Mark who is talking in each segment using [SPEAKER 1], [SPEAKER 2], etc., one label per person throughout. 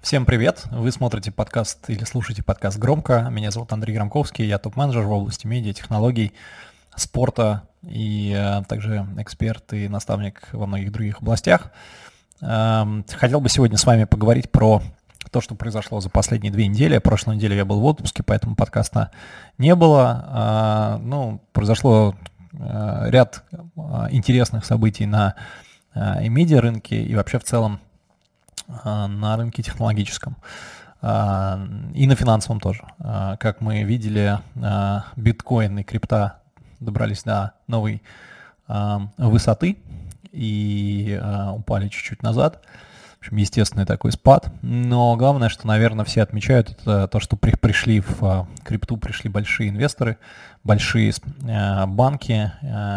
[SPEAKER 1] Всем привет! Вы смотрите подкаст или слушаете подкаст «Громко». Меня зовут Андрей Громковский, я топ-менеджер в области медиа, технологий, спорта и также эксперт и наставник во многих других областях. Хотел бы сегодня с вами поговорить про то, что произошло за последние 2 недели. Прошлой неделе я был в отпуске, поэтому подкаста не было. Произошло ряд интересных событий на и медиарынке, и вообще в целом на рынке технологическом и на финансовом тоже. Как мы видели, биткоин и крипта добрались до новой высоты и упали чуть-чуть назад. В общем, естественный такой спад. Но главное, что, наверное, все отмечают, это то, что пришли в крипту большие инвесторы, большие банки,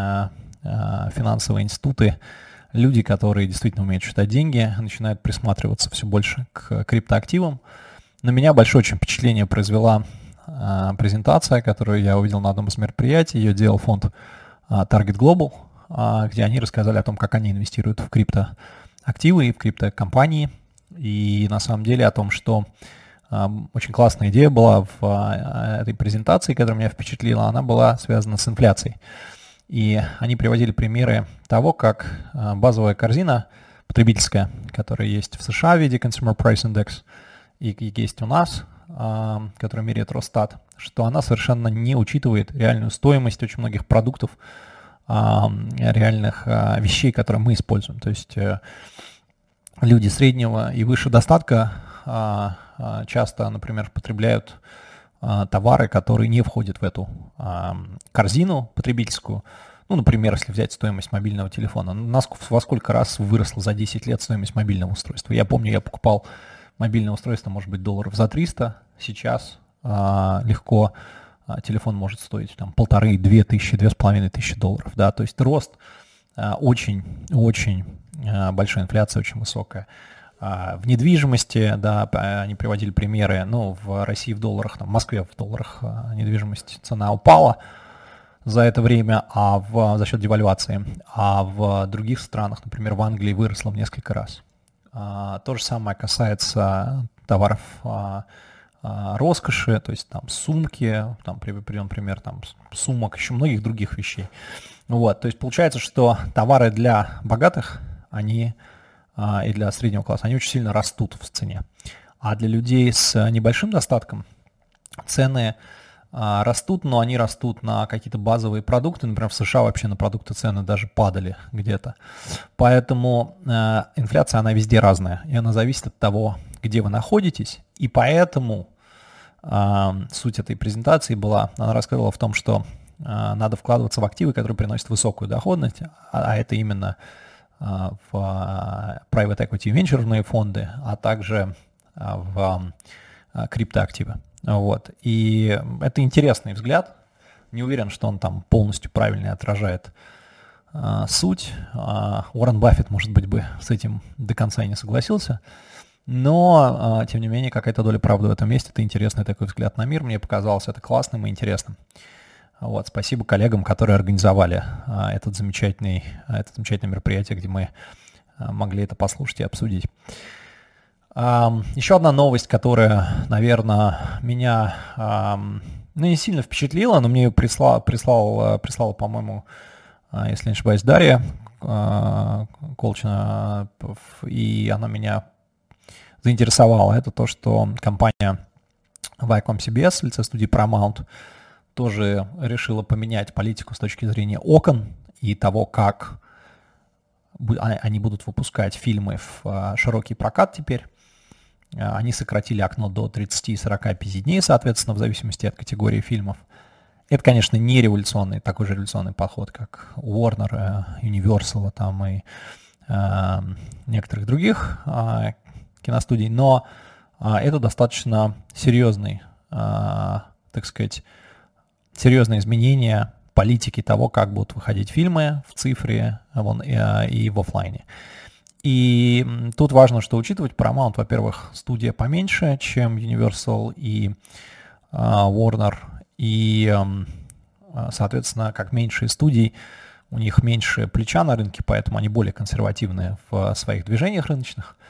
[SPEAKER 1] финансовые институты, люди, которые действительно умеют считать деньги, начинают присматриваться все больше к криптоактивам. На меня большое очень впечатление произвела презентация, которую я увидел на одном из мероприятий. Ее делал фонд Target Global, где они рассказали о том, как они инвестируют в криптоактивы и в криптокомпании. И на самом деле о том, что очень классная идея была в этой презентации, которая меня впечатлила, она была связана с инфляцией. И они приводили примеры того, как базовая корзина потребительская, которая есть в США в виде Consumer Price Index и есть у нас, которая меряет Росстат, что она совершенно не учитывает реальную стоимость очень многих продуктов, реальных вещей, которые мы используем. То есть люди среднего и выше достатка часто, например, потребляют товары, которые не входят в эту корзину потребительскую. Ну, например, если взять стоимость мобильного телефона, во сколько раз выросла за 10 лет стоимость мобильного устройства. Я помню, я покупал мобильное устройство, может быть, долларов за 300. Сейчас легко телефон может стоить там 1500, 2000, 2500 долларов. Да? То есть рост очень большая, инфляция очень высокая. В недвижимости, да, они приводили примеры, в России в долларах, в Москве в долларах недвижимость, цена упала за это время за счет девальвации, а в других странах, например, в Англии, выросла в несколько раз. То же самое касается товаров роскоши, то есть там сумки, там приведем пример там сумок, еще многих других вещей. Вот, то есть получается, что товары для богатых, они и для среднего класса, они очень сильно растут в цене. А для людей с небольшим достатком цены растут, но они растут на какие-то базовые продукты. Например, в США вообще на продукты цены даже падали где-то. Поэтому инфляция, она везде разная, и она зависит от того, где вы находитесь. И поэтому суть этой презентации была, она рассказывала в том, что надо вкладываться в активы, которые приносят высокую доходность, а это именно в private equity и венчурные фонды, а также в криптоактивы. Вот. И это интересный взгляд. Не уверен, что он там полностью правильно отражает суть. Уоррен Баффет, может быть, бы с этим до конца и не согласился. Но, тем не менее, какая-то доля правды в этом есть. Это интересный такой взгляд на мир. Мне показалось это классным и интересным. Вот, спасибо коллегам, которые организовали это замечательное мероприятие, где мы могли это послушать и обсудить. Еще одна новость, которая, наверное, меня не сильно впечатлила, но мне ее прислала, по-моему, если не ошибаюсь, Дарья Колчина, и она меня заинтересовала. Это то, что компания Viacom CBS в лице студии Paramount тоже решила поменять политику с точки зрения окон и того, как они будут выпускать фильмы в широкий прокат теперь. Они сократили окно до 30-45 дней, соответственно, в зависимости от категории фильмов. Это, конечно, не революционный, такой же революционный подход, как Warner, Universal там, и некоторых других киностудий, но это достаточно серьезный, так сказать, серьезные изменения политики того, как будут выходить фильмы в цифре и в офлайне. И тут важно, что учитывать. Paramount, во-первых, студия поменьше, чем Universal и Warner, и, соответственно, как меньшие студии, у них меньше плеча на рынке, поэтому они более консервативны в своих движениях рыночных.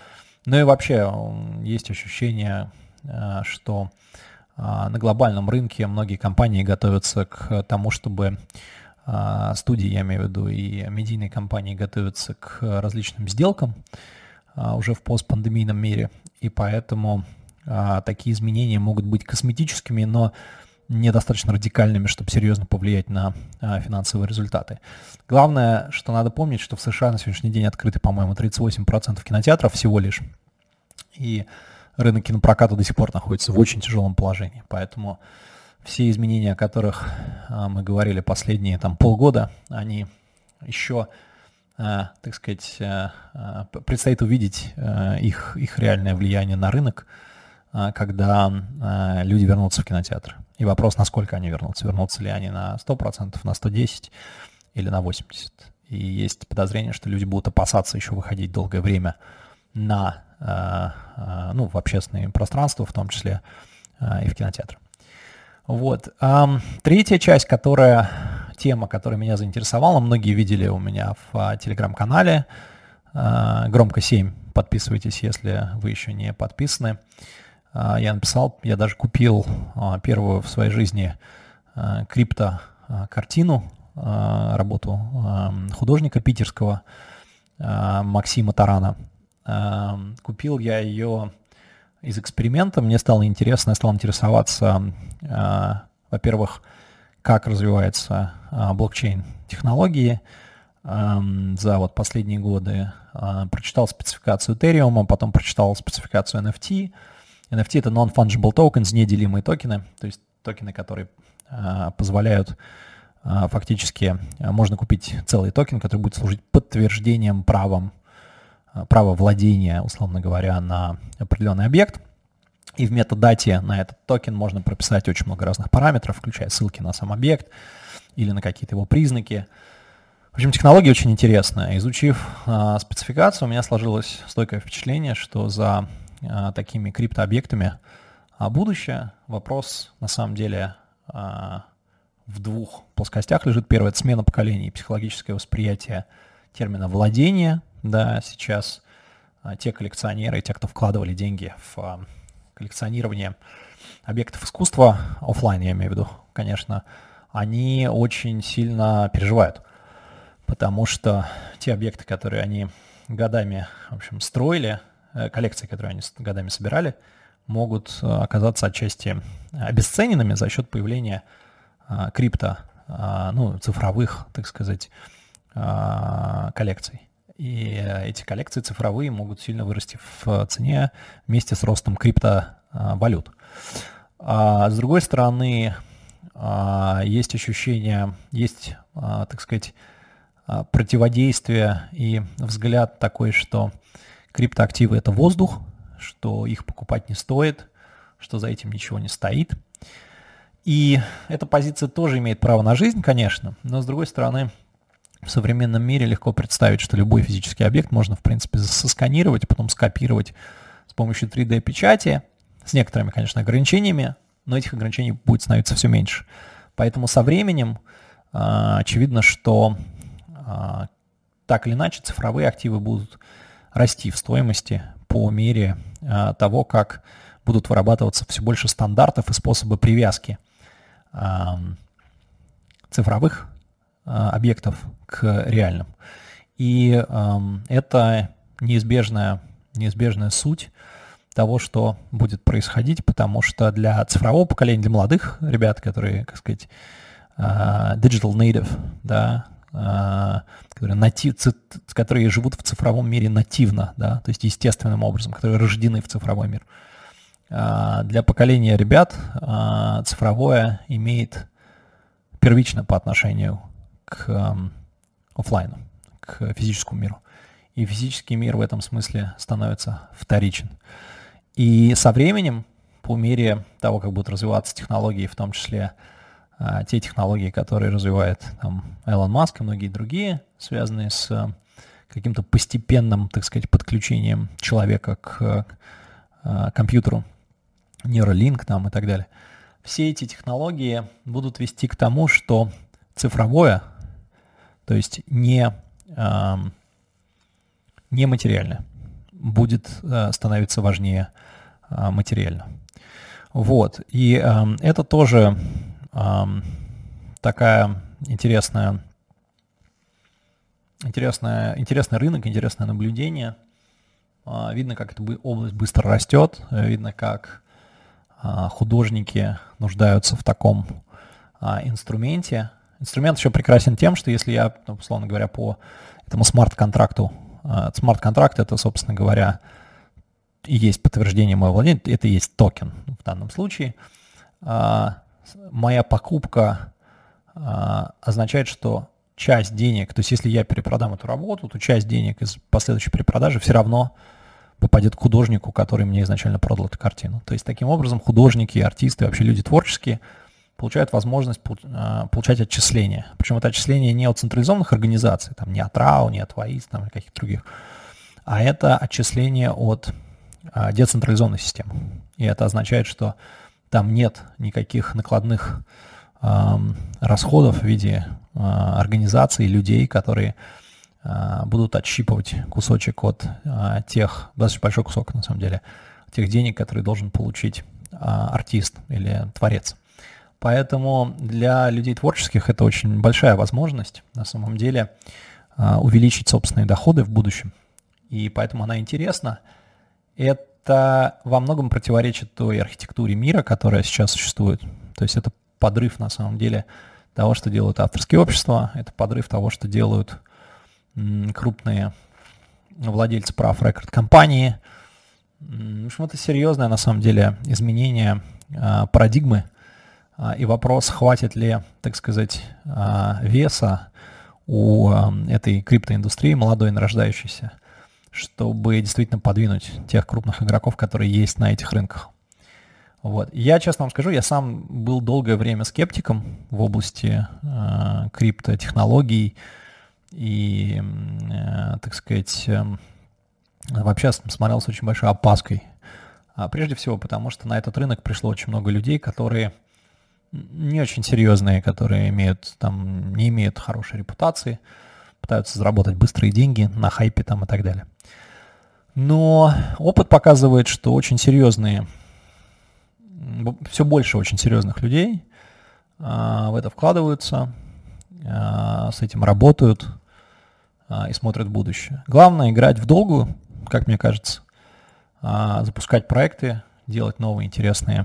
[SPEAKER 1] Ну и вообще есть ощущение, что на глобальном рынке многие компании готовятся к тому, чтобы студии, я имею в виду, и медийные компании готовятся к различным сделкам уже в постпандемийном мире, и поэтому такие изменения могут быть косметическими, но недостаточно радикальными, чтобы серьезно повлиять на финансовые результаты. Главное, что надо помнить, что в США на сегодняшний день открыты, по-моему, 38% кинотеатров всего лишь, и рынок кинопроката до сих пор находится в очень тяжелом положении, поэтому все изменения, о которых мы говорили последние полгода, они еще, так сказать, предстоит увидеть их реальное влияние на рынок, когда люди вернутся в кинотеатр. И вопрос, насколько они вернутся. Вернутся ли они на 100%, на 110% или на 80%. И есть подозрение, что люди будут опасаться еще выходить долгое время в общественные пространства, в том числе и в кинотеатры. Вот. Третья часть, тема, которая меня заинтересовала, многие видели у меня в телеграм-канале «Громко 7». Подписывайтесь, если вы еще не подписаны. Я даже купил первую в своей жизни крипто-картину, работу художника питерского Максима Тарана. Купил я ее из эксперимента. Мне стало интересно, я стал интересоваться, во-первых, как развивается блокчейн-технологии за последние годы. Прочитал спецификацию Ethereum, потом прочитал спецификацию NFT. NFT — это non-fungible tokens, неделимые токены, то есть токены, которые позволяют фактически, можно купить целый токен, который будет служить подтверждением права владения, условно говоря, на определенный объект. И в метадате на этот токен можно прописать очень много разных параметров, включая ссылки на сам объект или на какие-то его признаки. В общем, технология очень интересная. Изучив спецификацию, у меня сложилось стойкое впечатление, что за такими криптообъектами будущее. Вопрос, на самом деле, в двух плоскостях лежит. Первое — это смена поколений, психологическое восприятие термина «владение». Да, сейчас те коллекционеры, те, кто вкладывали деньги в коллекционирование объектов искусства, офлайн я имею в виду, конечно, они очень сильно переживают, потому что те объекты, которые они годами, в общем, строили, коллекции, которые они годами собирали, могут оказаться отчасти обесцененными за счет появления цифровых, так сказать, коллекций. И эти коллекции цифровые могут сильно вырасти в цене вместе с ростом криптовалют. С другой стороны, есть ощущение, так сказать, противодействие и взгляд такой, что криптоактивы — это воздух, что их покупать не стоит, что за этим ничего не стоит. И эта позиция тоже имеет право на жизнь, конечно, но с другой стороны, в современном мире легко представить, что любой физический объект можно, в принципе, сосканировать, потом скопировать с помощью 3D-печати, с некоторыми, конечно, ограничениями, но этих ограничений будет становиться все меньше. Поэтому со временем очевидно, что так или иначе цифровые активы будут расти в стоимости по мере того, как будут вырабатываться все больше стандартов и способы привязки цифровых объектов к реальным. И это неизбежная суть того, что будет происходить, потому что для цифрового поколения, для молодых ребят, которые, как сказать, digital native, да, которые живут в цифровом мире нативно, да, то есть естественным образом, которые рождены в цифровой мир. Для поколения ребят цифровое имеет первично по отношению к офлайну, к физическому миру. И физический мир в этом смысле становится вторичен. И со временем, по мере того, как будут развиваться технологии, в том числе те технологии, которые развивает Элон Маск и многие другие, связанные с каким-то постепенным, так сказать, подключением человека к компьютеру, Neuralink и так далее. Все эти технологии будут вести к тому, что цифровое, то есть не материальное, будет становиться важнее материально. Вот. И это тоже такая интересный рынок, интересное наблюдение. Видно, как эта область быстро растет, видно, как художники нуждаются в таком инструменте. Инструмент еще прекрасен тем, что если я, условно говоря, по этому смарт-контракту, смарт-контракт — это, собственно говоря, и есть подтверждение моего владения, это и есть токен в данном случае. Моя покупка означает, что часть денег, то есть если я перепродам эту работу, то часть денег из последующей перепродажи все равно попадет к художнику, который мне изначально продал эту картину. То есть таким образом художники, артисты, вообще люди творческие получают возможность получать отчисления. Причем это отчисление не от централизованных организаций, там, не от РАО, не от ВАИС, там, или каких-то других, а это отчисление от децентрализованной системы. И это означает, что там нет никаких накладных расходов в виде организаций, людей, которые будут отщипывать кусочек от тех, достаточно большой кусок, на самом деле, тех денег, которые должен получить артист или творец. Поэтому для людей творческих это очень большая возможность, на самом деле, увеличить собственные доходы в будущем. И поэтому она интересна. Это во многом противоречит той архитектуре мира, которая сейчас существует. То есть это подрыв, на самом деле, того, что делают авторские общества, это подрыв того, что делают крупные владельцы прав рекорд-компании. В общем, это серьезное, на самом деле, изменение парадигмы. И вопрос, хватит ли, так сказать, веса у этой криптоиндустрии, молодой и нарождающейся, чтобы действительно подвинуть тех крупных игроков, которые есть на этих рынках. Вот. Я, честно вам скажу, я сам был долгое время скептиком в области криптотехнологий и, так сказать, вообще смотрел с очень большой опаской. Прежде всего потому, что на этот рынок пришло очень много людей, которые не очень серьезные, которые не имеют хорошей репутации, пытаются заработать быстрые деньги на хайпе там и так далее. Но опыт показывает, что очень серьезные, все больше очень серьезных людей в это вкладываются, с этим работают и смотрят в будущее. Главное играть в долгую, как мне кажется, запускать проекты, делать новые интересные,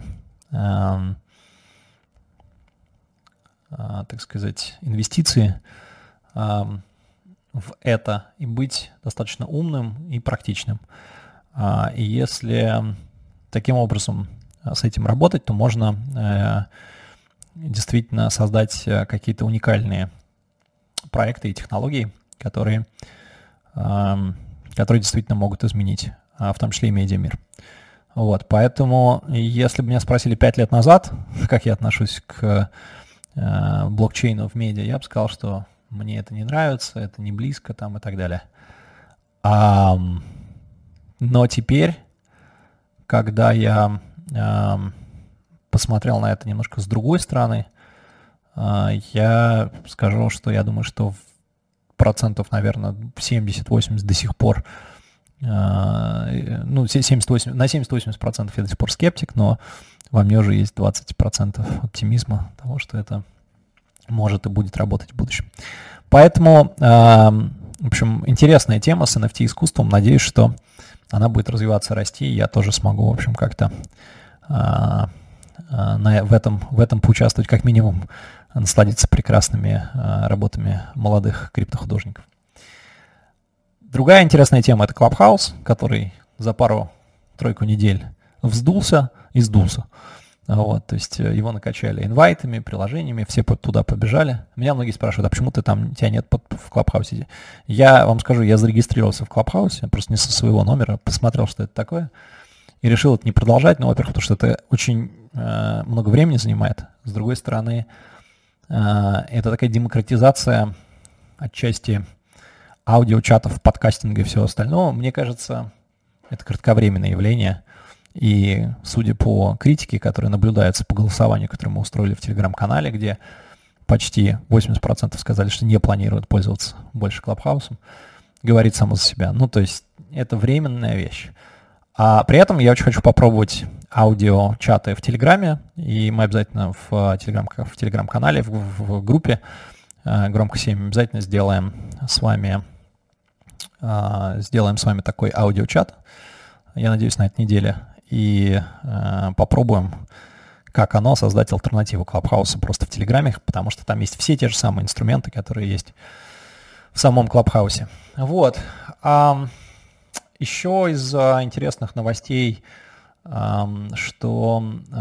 [SPEAKER 1] так сказать, инвестиции в это и быть достаточно умным и практичным. И если таким образом с этим работать, то можно действительно создать какие-то уникальные проекты и технологии, которые действительно могут изменить, в том числе и медиамир. Вот, поэтому, если бы меня спросили 5 лет назад, как я отношусь к блокчейну в медиа, я бы сказал, что мне это не нравится, это не близко там и так далее. Но теперь, когда я посмотрел на это немножко с другой стороны, я скажу, что я думаю, что процентов, наверное, 70-80 до сих пор, 70-80%, на 70-80% я до сих пор скептик, но во мне уже есть 20% оптимизма того, что это может и будет работать в будущем. Поэтому, в общем, интересная тема с NFT-искусством. Надеюсь, что она будет развиваться, расти, и я тоже смогу, в общем, как-то в этом поучаствовать, как минимум, насладиться прекрасными работами молодых криптохудожников. Другая интересная тема — это Clubhouse, который за пару-тройку недель вздулся и сдулся. Вот, то есть его накачали инвайтами, приложениями, все туда побежали. Меня многие спрашивают, а почему тебя нет в Clubhouse? Я вам скажу, я зарегистрировался в Clubhouse, просто не со своего номера, посмотрел, что это такое, и решил это не продолжать. Ну, во-первых, потому что это очень много времени занимает. С другой стороны, это такая демократизация отчасти аудиочатов, подкастинга и всего остального. Мне кажется, это кратковременное явление. И судя по критике, которая наблюдается по голосованию, которое мы устроили в Телеграм-канале, где почти 80% сказали, что не планируют пользоваться больше Клабхаусом, говорит само за себя. Ну, то есть это временная вещь. А при этом я очень хочу попробовать аудио-чаты в Телеграме, и мы обязательно в Телеграм-канале, в группе Громко 7 обязательно сделаем с вами такой аудиочат, я надеюсь, на этой неделе, и попробуем, как создать альтернативу Клабхауса просто в Телеграме, потому что там есть все те же самые инструменты, которые есть в самом Клабхаусе. Вот. Еще из интересных новостей, что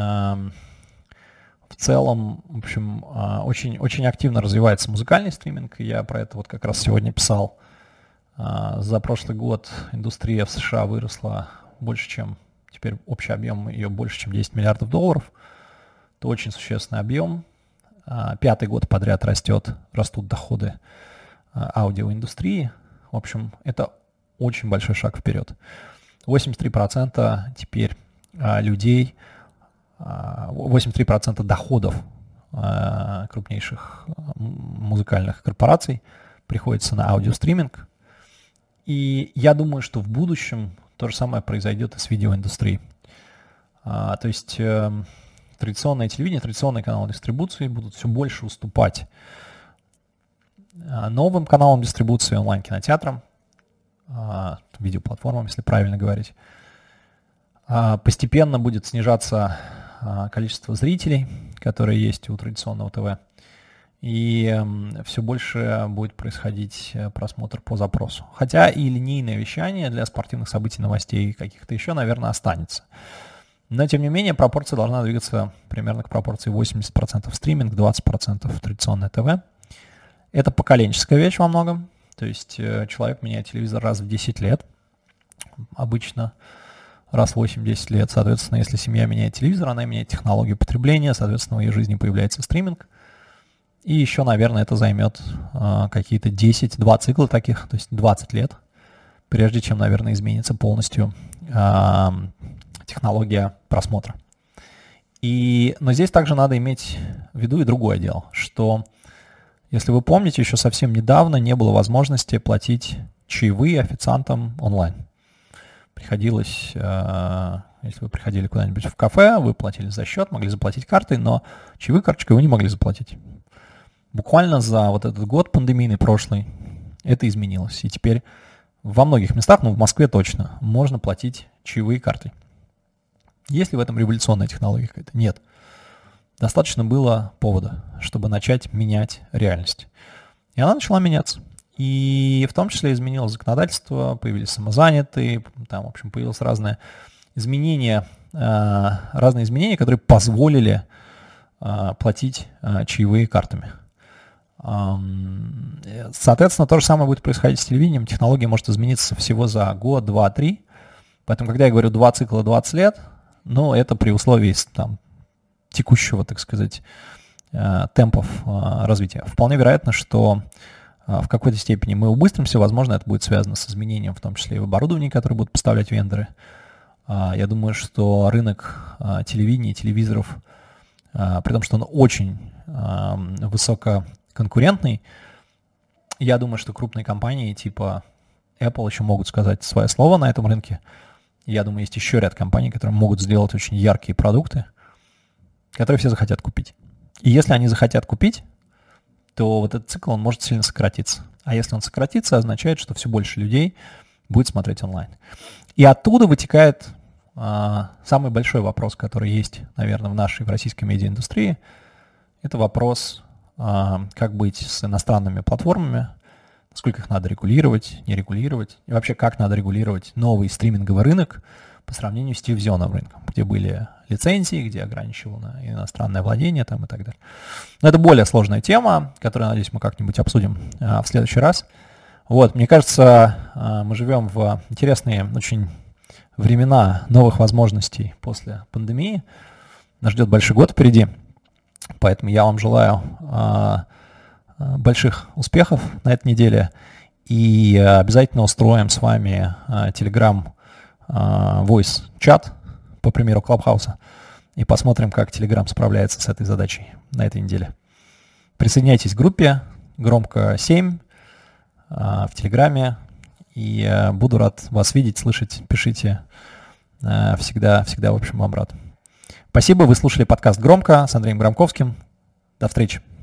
[SPEAKER 1] в целом, в общем, очень, очень активно развивается музыкальный стриминг. Я про это вот как раз сегодня писал. За прошлый год индустрия в США выросла больше, чем, теперь общий объем ее больше, чем $10 миллиардов. Это очень существенный объем. 5-й год подряд растут доходы аудиоиндустрии. В общем, это очень большой шаг вперед. 83% теперь людей, 83% доходов крупнейших музыкальных корпораций приходится на аудиостриминг. И я думаю, что в будущем то же самое произойдет и с видеоиндустрией. То есть традиционное телевидение, традиционные каналы дистрибуции будут все больше уступать новым каналам дистрибуции, онлайн-кинотеатрам, видеоплатформам, если правильно говорить. Постепенно будет снижаться количество зрителей, которые есть у традиционного ТВ, и все больше будет происходить просмотр по запросу. Хотя и линейное вещание для спортивных событий, новостей каких-то еще, наверное, останется. Но, тем не менее, пропорция должна двигаться примерно к пропорции 80% стриминг, 20% традиционное ТВ. Это поколенческая вещь во многом. То есть человек меняет телевизор раз в 10 лет, обычно раз в 8-10 лет. Соответственно, если семья меняет телевизор, она меняет технологию потребления, соответственно, в ее жизни появляется стриминг. И еще, наверное, это займет какие-то 10-2 цикла таких, то есть 20 лет, прежде чем, наверное, изменится полностью технология просмотра. Но здесь также надо иметь в виду и другое дело, что, если вы помните, еще совсем недавно не было возможности платить чаевые официантам онлайн. Приходилось, если вы приходили куда-нибудь в кафе, вы платили за счет, могли заплатить картой, но чаевые карточкой вы не могли заплатить. Буквально за вот этот год пандемийный прошлый это изменилось. И теперь во многих местах, в Москве точно, можно платить чаевые картой. Есть ли в этом революционная технология какая-то? Нет. Достаточно было повода, чтобы начать менять реальность. И она начала меняться. И в том числе изменилось законодательство, появились самозанятые, там, в общем, появились разные изменения, которые позволили платить чаевые картами. Соответственно, то же самое будет происходить с телевидением. Технология может измениться всего за год, 2, 3. Поэтому, когда я говорю 2 цикла 20 лет, это при условии там текущего, так сказать, темпов развития. Вполне вероятно, что в какой-то степени мы убыстримся. Возможно, это будет связано с изменением, в том числе и в оборудовании, которое будут поставлять вендоры. Я думаю, что рынок телевидения, телевизоров, при том, что он очень высококонкурентный, я думаю, что крупные компании типа Apple еще могут сказать свое слово на этом рынке. Я думаю, есть еще ряд компаний, которые могут сделать очень яркие продукты, которые все захотят купить. И если они захотят купить, то вот этот цикл, он может сильно сократиться. А если он сократится, означает, что все больше людей будет смотреть онлайн. И оттуда вытекает самый большой вопрос, который есть, наверное, в российской медиаиндустрии. Это вопрос, как быть с иностранными платформами, насколько их надо регулировать, не регулировать, и вообще как надо регулировать новый стриминговый рынок по сравнению с телевизионным рынком, где были лицензии, где ограничивало иностранное владение там и так далее. Но это более сложная тема, которую, надеюсь, мы как-нибудь обсудим в следующий раз. Мне кажется, мы живем в интересные очень времена новых возможностей после пандемии. Нас ждет большой год впереди, поэтому я вам желаю больших успехов на этой неделе и обязательно устроим с вами Telegram Voice чат по примеру Клабхауса и посмотрим, как Telegram справляется с этой задачей на этой неделе. Присоединяйтесь к группе Громко 7 в Телеграме И буду рад вас видеть, слышать, пишите. Всегда, в общем, вам рад. Спасибо, вы слушали подкаст «Громко» с Андреем Громковским. До встречи.